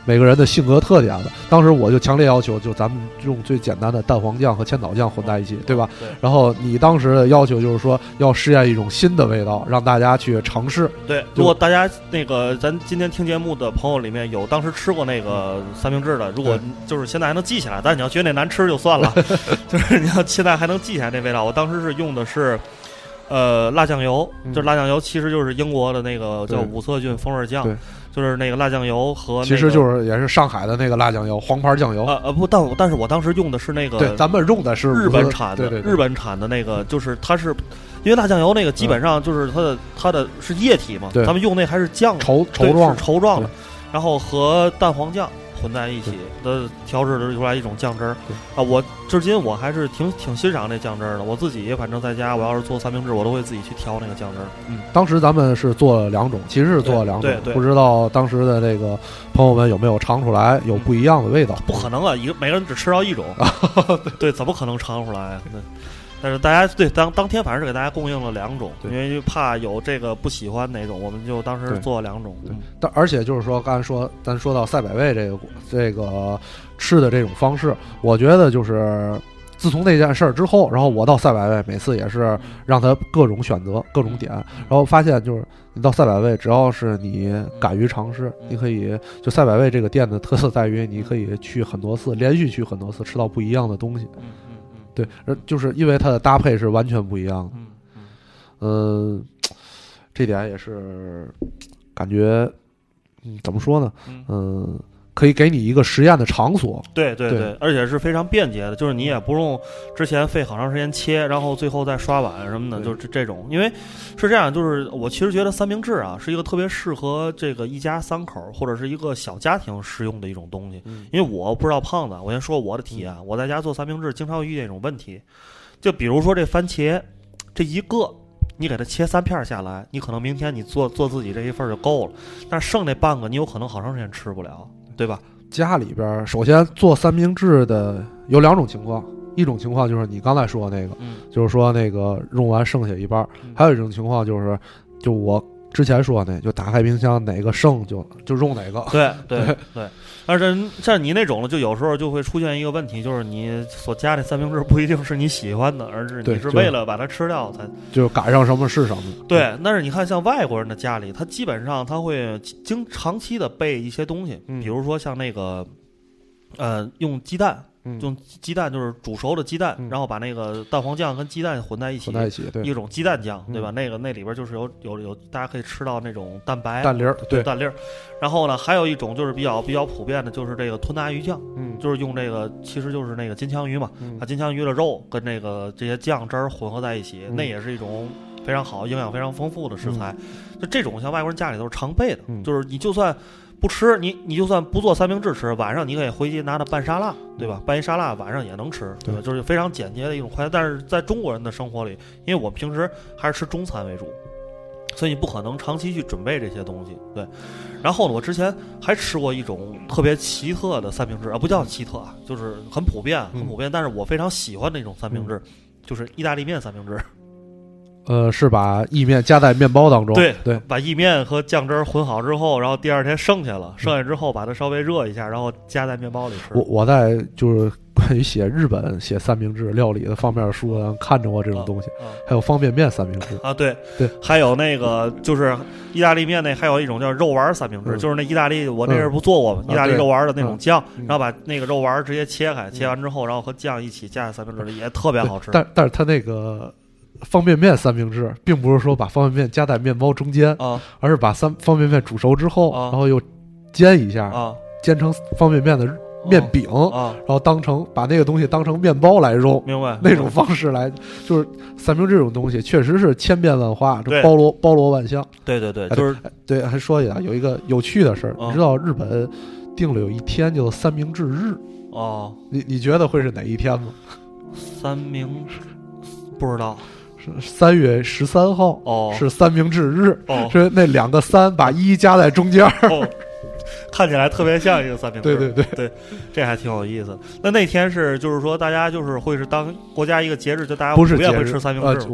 [SPEAKER 2] 每个人的性格特点的。当时我就强烈要求，就咱们用最简单的蛋黄酱和千岛酱混在一起，对吧？
[SPEAKER 1] 对。
[SPEAKER 2] 然后你当时的要求就是说要试验一种新的味道，让大家去尝试。
[SPEAKER 1] 对，如果大家那个咱今天听节目的朋友里面有当时吃过那个三明治的，如果就是现在还能记起来，但你要觉得那难吃就算了，就是你要现在还能记起来那味道。我当时是用的是。呃，辣酱油，就是辣酱油，其实就是英国的那个叫五色菌风味酱，就是那个辣酱油和、那个、
[SPEAKER 2] 其实就是也是上海的那个辣酱油，黄牌酱油。
[SPEAKER 1] 呃呃不，但但是我当时用的是那个，
[SPEAKER 2] 对，咱们用的是
[SPEAKER 1] 日本产的，
[SPEAKER 2] 对对对
[SPEAKER 1] 日本产的那个，就是它是因为辣酱油那个基本上就是它的、嗯、它的是液体嘛，咱们用那还是酱
[SPEAKER 2] 稠稠状
[SPEAKER 1] 稠状的，然后和蛋黄酱。混在一起的调制的出来一种酱汁儿啊，我至今我还是挺挺欣赏那酱汁儿的。我自己反正在家，我要是做三明治，我都会自己去调那个酱汁儿。嗯，
[SPEAKER 2] 当时咱们是做了两种，其实是做了两种，
[SPEAKER 1] 对 对, 对，
[SPEAKER 2] 不知道当时的那个朋友们有没有尝出来有不一样的味道？
[SPEAKER 1] 嗯、不可能啊，一个每个人只吃到一种，对，怎么可能尝出来啊？但是大家对当当天反正是给大家供应了两种，因为怕有这个不喜欢哪种，我们就当时做了两种。
[SPEAKER 2] 对，但而且就是说，刚才说咱说到赛百味这个这个吃的这种方式，我觉得就是自从那件事儿之后，然后我到赛百味每次也是让他各种选择各种点，然后发现就是你到赛百味，只要是你敢于尝试，你可以就赛百味这个店的特色在于你可以去很多次，连续去很多次，吃到不一样的东西。对，就是因为它的搭配是完全不一样的。嗯嗯、呃，这点也是感觉，嗯，怎么说呢？嗯、呃，可以给你一个实验的场所。
[SPEAKER 1] 对对 对, 对，而且是非常便捷的，就是你也不用之前费好长时间切，然后最后再刷碗什么的，就是这种。因为是这样，就是我其实觉得三明治啊是一个特别适合这个一家三口或者是一个小家庭食用的一种东西。嗯、因为我不知道胖子，我先说我的体验，嗯、我在家做三明治经常遇见一种问题，就比如说这番茄，这一个。你给它切三片下来，你可能明天你做做自己这一份就够了，但是剩那半个你有可能好长时间吃不了，对吧？
[SPEAKER 2] 家里边首先做三明治的有两种情况，一种情况就是你刚才说的那个，嗯、就是说那个用完剩下一半，嗯、还有一种情况就是就我之前说的，就打开冰箱哪个剩就就用哪个。
[SPEAKER 1] 对对 对, 对。但是像你那种呢，就有时候就会出现一个问题，就是你所加的三明治不一定是你喜欢的，而是你是为了把它吃掉才
[SPEAKER 2] 就赶上什么是什么。
[SPEAKER 1] 对，但是你看像外国人的家里，他基本上他会经长期的备一些东西，
[SPEAKER 2] 嗯、
[SPEAKER 1] 比如说像那个呃用鸡蛋。用鸡蛋就是煮熟的鸡蛋，
[SPEAKER 2] 嗯、
[SPEAKER 1] 然后把那个蛋黄酱跟鸡蛋混在一起，
[SPEAKER 2] 混在一起，对，
[SPEAKER 1] 一种鸡蛋酱，对吧？
[SPEAKER 2] 嗯、
[SPEAKER 1] 那个那里边就是有有有，大家可以吃到那种蛋白、
[SPEAKER 2] 蛋粒儿，对，
[SPEAKER 1] 蛋粒儿。然后呢，还有一种就是比较比较普遍的，就是这个吞拿鱼酱，
[SPEAKER 2] 嗯，
[SPEAKER 1] 就是用这个，其实就是那个金枪鱼嘛，
[SPEAKER 2] 嗯、
[SPEAKER 1] 把金枪鱼的肉跟那个这些酱汁儿混合在一起，
[SPEAKER 2] 嗯、
[SPEAKER 1] 那也是一种非常好、营养非常丰富的食材。
[SPEAKER 2] 嗯、
[SPEAKER 1] 就这种像外国人家里都是常备的，
[SPEAKER 2] 嗯、
[SPEAKER 1] 就是你就算。不吃你，你就算不做三明治吃，晚上你可以回去拿它拌沙拉，对吧？拌一沙拉晚上也能吃，对吧？就是非常简洁的一种快餐。但是在中国人的生活里，因为我们平时还是吃中餐为主，所以你不可能长期去准备这些东西，对。然后呢，我之前还吃过一种特别奇特的三明治啊，不叫奇特啊，就是很普遍，很普遍，
[SPEAKER 2] 嗯、
[SPEAKER 1] 但是我非常喜欢的一种三明治，嗯、就是意大利面三明治。
[SPEAKER 2] 呃，是把意面加在面包当中，
[SPEAKER 1] 对
[SPEAKER 2] 对，
[SPEAKER 1] 把意面和酱汁混好之后，然后第二天剩下了，剩下之后把它稍微热一下，然后加在面包里吃。
[SPEAKER 2] 我我在就是关于写日本写三明治料理的方面的书上看着过这种东西，
[SPEAKER 1] 嗯嗯、
[SPEAKER 2] 还有方便面三明治
[SPEAKER 1] 啊，对
[SPEAKER 2] 对，
[SPEAKER 1] 还有那个就是意大利面那还有一种叫肉丸三明治，
[SPEAKER 2] 嗯、
[SPEAKER 1] 就是那意大利我那阵不做过吗？嗯、意大利肉丸的那种酱，
[SPEAKER 2] 嗯、
[SPEAKER 1] 然后把那个肉丸直接切开，嗯、切完之后，然后和酱一起加在三明治里，也特别好吃。
[SPEAKER 2] 但但是它那个。方便面三明治并不是说把方便面夹在面包中间
[SPEAKER 1] 啊，
[SPEAKER 2] 而是把三方便面煮熟之后，
[SPEAKER 1] 啊、
[SPEAKER 2] 然后又煎一下
[SPEAKER 1] 啊，
[SPEAKER 2] 煎成方便面的面饼
[SPEAKER 1] 啊，
[SPEAKER 2] 然后当成把那个东西当成面包来用，
[SPEAKER 1] 明白？
[SPEAKER 2] 那种方式来，就是三明治这种东西确实是千变万化，
[SPEAKER 1] 这
[SPEAKER 2] 包罗包罗万象。
[SPEAKER 1] 对对对，就是
[SPEAKER 2] 对。还说一下有一个有趣的事儿，
[SPEAKER 1] 啊、
[SPEAKER 2] 你知道日本定了有一天叫三明治日
[SPEAKER 1] 哦，
[SPEAKER 2] 你你觉得会是哪一天吗？
[SPEAKER 1] 三明不知道。
[SPEAKER 2] 三月十三号
[SPEAKER 1] 哦，
[SPEAKER 2] 是三明治日
[SPEAKER 1] 哦，
[SPEAKER 2] 是那两个三把一加在中间，
[SPEAKER 1] 哦，看起来特别像一个三明治。
[SPEAKER 2] 对对对
[SPEAKER 1] 对，这还挺有意思。那那天是就是说大家就是会是当国家一个节日，就大家
[SPEAKER 2] 不是
[SPEAKER 1] 普遍会吃三明治、
[SPEAKER 2] 呃。我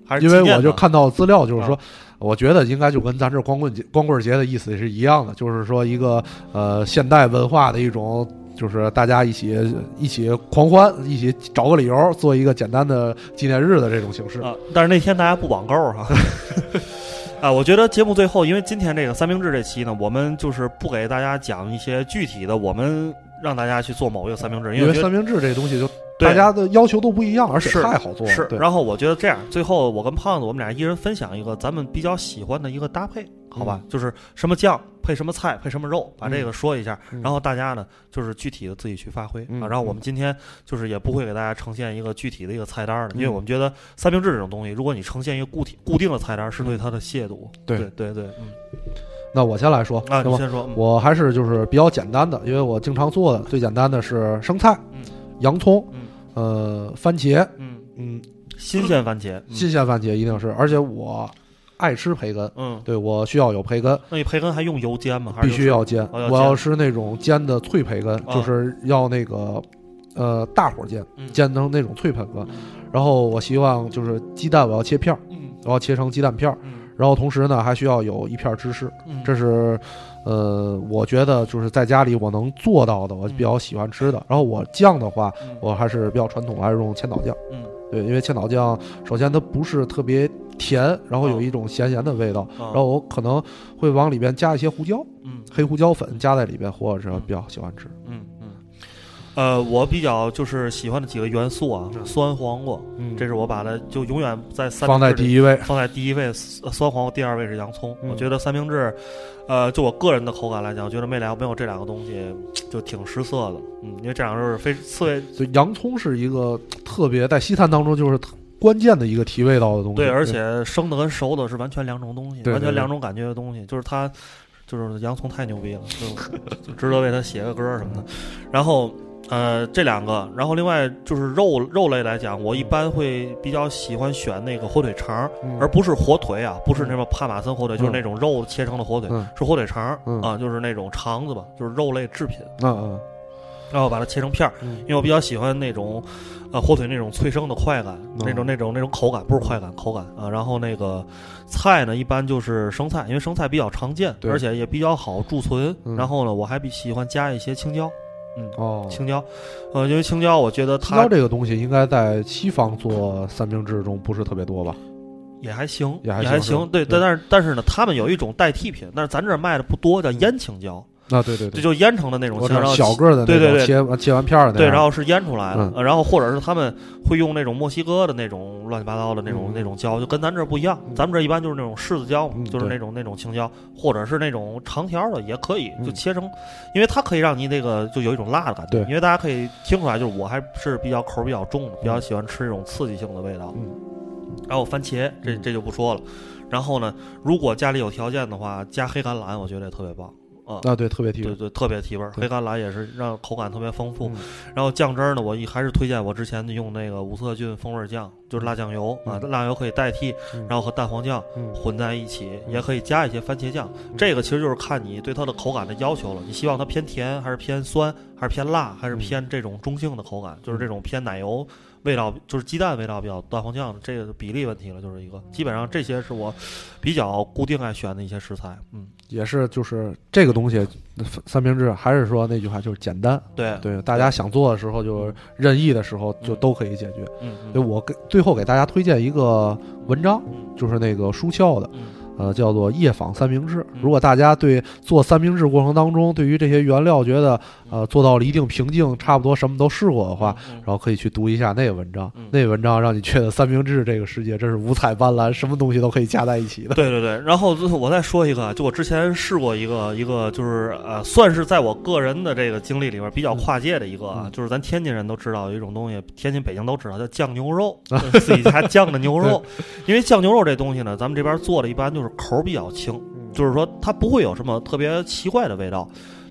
[SPEAKER 1] 还是
[SPEAKER 2] 因为我就看到资料，就是说。
[SPEAKER 1] 啊
[SPEAKER 2] 我觉得应该就跟咱这光棍节、光棍节的意思是一样的，就是说一个呃现代文化的一种，就是大家一起一起狂欢，一起找个理由做一个简单的纪念日的这种形式
[SPEAKER 1] 啊。但是那天大家不网购哈。啊，我觉得节目最后，因为今天这个三明治这期呢，我们就是不给大家讲一些具体的，我们让大家去做某一个三明治，
[SPEAKER 2] 因为三明治这个东西就。
[SPEAKER 1] 大
[SPEAKER 2] 家的要求都不一样，而且太好做了。
[SPEAKER 1] 是，然后我觉得这样，最后我跟胖子我们俩一人分享一个咱们比较喜欢的一个搭配，好吧？嗯、就是什么酱配什么菜配什么肉，把这个说一下，嗯、然后大家呢就是具体的自己去发挥、嗯、啊。然后我们今天就是也不会给大家呈现一个具体的一个菜单的，嗯、因为我们觉得三明治这种东西，如果你呈现一个固体固定的菜单，是对它的亵渎。对对对对，嗯。
[SPEAKER 2] 那我先来说
[SPEAKER 1] 啊，你先说。嗯、
[SPEAKER 2] 我还是就是比较简单的，因为我经常做的最简单的是生菜、嗯、洋葱。嗯呃，番茄，嗯嗯，
[SPEAKER 1] 新鲜番茄，
[SPEAKER 2] 新鲜番茄一定是，而且我爱吃培根，嗯，对我需要有培根。
[SPEAKER 1] 那你培根还用油煎吗？
[SPEAKER 2] 必须要煎，
[SPEAKER 1] 哦、
[SPEAKER 2] 我要吃那种煎的脆培根，哦、就是要那个呃大火煎，
[SPEAKER 1] 嗯、
[SPEAKER 2] 煎成那种脆培根。嗯、然后我希望就是鸡蛋我要切片，嗯，我要切成鸡蛋片，嗯，然后同时呢还需要有一片芝士，嗯，这是。呃，我觉得就是在家里我能做到的，我比较喜欢吃的。嗯、然后我酱的话，嗯、我还是比较传统，还是用千岛酱。嗯，对，因为千岛酱首先它不是特别甜，然后有一种咸咸的味道。哦、然后我可能会往里边加一些胡椒，嗯，黑胡椒粉加在里边，或者是比较喜欢吃。
[SPEAKER 1] 嗯嗯。呃，我比较就是喜欢的几个元素啊，嗯、酸黄瓜，嗯，这是我把它就永远在三
[SPEAKER 2] 放在第一位，
[SPEAKER 1] 放在第一位，酸黄瓜第二位是洋葱。嗯、我觉得三明治，呃，就我个人的口感来讲，我觉得没两没有这两个东西就挺失色的，嗯，因为这两个是非刺猬。
[SPEAKER 2] 就洋葱是一个特别在西餐当中就是关键的一个提味道的东西，
[SPEAKER 1] 对，而且生的跟熟的是完全两种东西，
[SPEAKER 2] 对对对，
[SPEAKER 1] 完全两种感觉的东西，就是它就是洋葱太牛逼了，就就值得为它写个歌什么的，然后。呃，这两个，然后另外就是肉肉类来讲，我一般会比较喜欢选那个火腿肠，嗯、而不是火腿啊，不是那种帕玛森火腿，嗯、就是那种肉切成的火腿，嗯、是火腿肠、嗯、啊，就是那种肠子吧，就是肉类制品。
[SPEAKER 2] 嗯嗯，
[SPEAKER 1] 然后把它切成片儿，嗯、因为我比较喜欢那种，呃，火腿那种脆生的快感，嗯、那种那种那种口感，不是快感，口感啊。然后那个菜呢，一般就是生菜，因为生菜比较常见，而且也比较好贮存。嗯、然后呢，我还比喜欢加一些青椒。嗯
[SPEAKER 2] 哦，
[SPEAKER 1] 青椒，呃，因为青椒，我觉得它
[SPEAKER 2] 青椒这个东西应该在西方做三明治中不是特别多吧？
[SPEAKER 1] 也还行，
[SPEAKER 2] 也还
[SPEAKER 1] 行，也还行对，但是但是呢，他们有一种代替品，但是咱这儿卖的不多，叫腌青椒。
[SPEAKER 2] 啊，对对对，
[SPEAKER 1] 这就腌成的那种青椒，
[SPEAKER 2] 小个的那种，
[SPEAKER 1] 对对对，
[SPEAKER 2] 切完切完片的那种，
[SPEAKER 1] 对，然后是腌出来的，
[SPEAKER 2] 嗯
[SPEAKER 1] 呃、然后或者是他们会用那种墨西哥的那种乱七八糟的那种、嗯、那种椒，就跟咱这儿不一样，
[SPEAKER 2] 嗯、
[SPEAKER 1] 咱们这儿一般就是那种柿子椒，
[SPEAKER 2] 嗯、
[SPEAKER 1] 就是那种那种青椒，或者是那种长条的也可以，就切成，嗯、因为它可以让你那个就有一种辣的感觉，因为大家可以听出来，就是我还是比较口比较重的，比较喜欢吃这种刺激性的味道。
[SPEAKER 2] 嗯，
[SPEAKER 1] 然后番茄这这就不说了，然后呢，如果家里有条件的话，加黑橄榄，我觉得也特别棒。啊、
[SPEAKER 2] 嗯、啊，对，特别提味，
[SPEAKER 1] 对对，特别提味。黑橄榄也是让口感特别丰富。嗯、然后酱汁儿呢，我还是推荐我之前用那个五色菌风味酱，就是辣酱油、嗯、啊，辣酱油可以代替，
[SPEAKER 2] 嗯、
[SPEAKER 1] 然后和蛋黄酱混在一起，
[SPEAKER 2] 嗯、
[SPEAKER 1] 也可以加一些番茄酱。
[SPEAKER 2] 嗯、
[SPEAKER 1] 这个其实就是看你对它的口感的要求了，你希望它偏甜还是偏酸，还是偏辣，还是偏这种中性的口感，嗯、就是这种偏奶油味道，就是鸡蛋味道比较蛋黄酱这个比例问题了，就是一个基本上这些是我比较固定爱选的一些食材。嗯，
[SPEAKER 2] 也是就是这个东西三明治还是说那句话就是简单，
[SPEAKER 1] 对
[SPEAKER 2] 对，大家想做的时候就任意的时候就都可以解决。
[SPEAKER 1] 嗯，
[SPEAKER 2] 所以我给最后给大家推荐一个文章，
[SPEAKER 1] 嗯、
[SPEAKER 2] 就是那个书翘的。
[SPEAKER 1] 嗯
[SPEAKER 2] 呃，叫做夜访三明治。如果大家对做三明治过程当中，对于这些原料觉得呃做到了一定瓶颈，差不多什么都试过的话，然后可以去读一下那个文章。那个文章让你觉得三明治这个世界真是五彩斑斓，什么东西都可以加在一起的。
[SPEAKER 1] 对对对。然后我再说一个，就我之前试过一个一个，就是呃，算是在我个人的这个经历里边比较跨界的一个，
[SPEAKER 2] 嗯、
[SPEAKER 1] 就是咱天津人都知道有一种东西，天津、北京都知道叫酱牛肉，自己家酱的牛肉。因为酱牛肉这东西呢，咱们这边做的一般就是口比较轻。就是说它不会有什么特别奇怪的味道，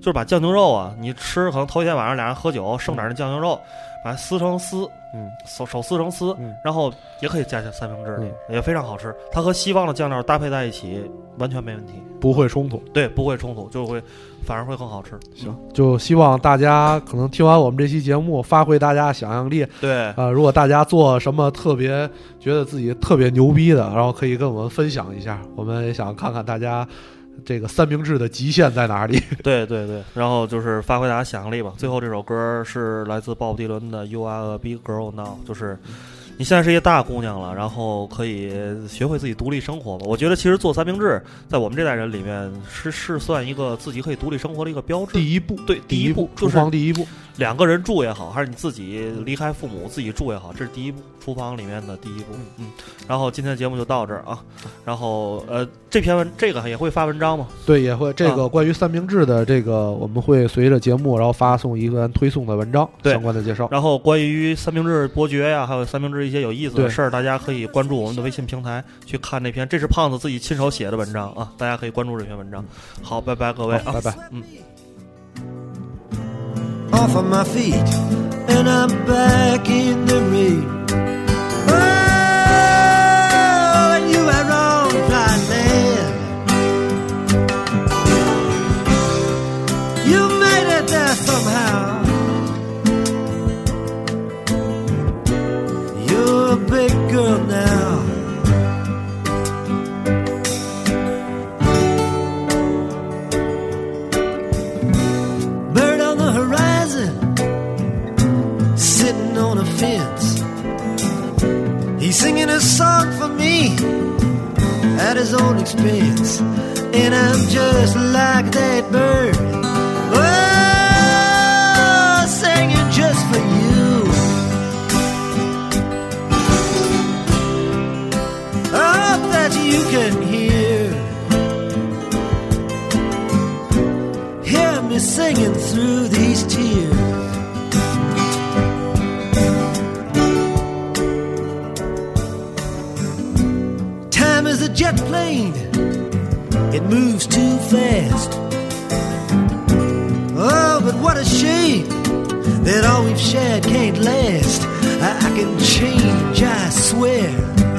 [SPEAKER 1] 就是把酱牛肉啊，你吃可能头一天晚上俩人喝酒，剩点的酱牛肉，把它撕成丝，嗯，手手撕成丝，嗯，然后也可以加三明治，嗯，也非常好吃。它和西方的酱料搭配在一起，完全没问题，
[SPEAKER 2] 不会冲突，
[SPEAKER 1] 对，不会冲突，就会反而会更好吃。
[SPEAKER 2] 行，就希望大家可能听完我们这期节目，发挥大家想象力。
[SPEAKER 1] 对，
[SPEAKER 2] 呃，如果大家做什么特别觉得自己特别牛逼的，然后可以跟我们分享一下，我们也想看看大家这个三明治的极限在哪里。
[SPEAKER 1] 对对对，然后就是发挥大家想象力吧。最后这首歌是来自鲍勃迪伦的 You Are a Big Girl Now， 就是你现在是一个大姑娘了，然后可以学会自己独立生活吧。我觉得其实做三明治在我们这代人里面是是算一个自己可以独立生活的一个标志，
[SPEAKER 2] 第一步。
[SPEAKER 1] 对，第一步，
[SPEAKER 2] 厨房第一步，
[SPEAKER 1] 两个人住也好，还是你自己离开父母自己住也好，这是第一步，厨房里面的第一步。嗯，然后今天的节目就到这儿啊。然后呃，这篇文这个也会发文章吗？
[SPEAKER 2] 对，也会。这个关于三明治的这个，我们会随着节目然后发送一个推送的文章，相关的介绍。
[SPEAKER 1] 然后关于三明治伯爵呀，还有三明治一些有意思的事儿，大家可以关注我们的微信平台去看那篇，这是胖子自己亲手写的文章啊，大家可以关注这篇文章。好，拜拜各位啊，
[SPEAKER 2] 拜拜。
[SPEAKER 1] 嗯。
[SPEAKER 3] Off of my feet, and I'm back in the rain. Oh, and you are on dry land. You made it there somehow. You're a big girl now. Bird on the horizon, sitting on a fence. He's singing a song for me at his own expense. And I'm just like that bird, oh, singing just for you. I hope that you can hear Hear me singing through these tears. Time is a jet plane, it moves too fast. Oh, but what a shame that all we've shared can't last. I, I can change, I swear.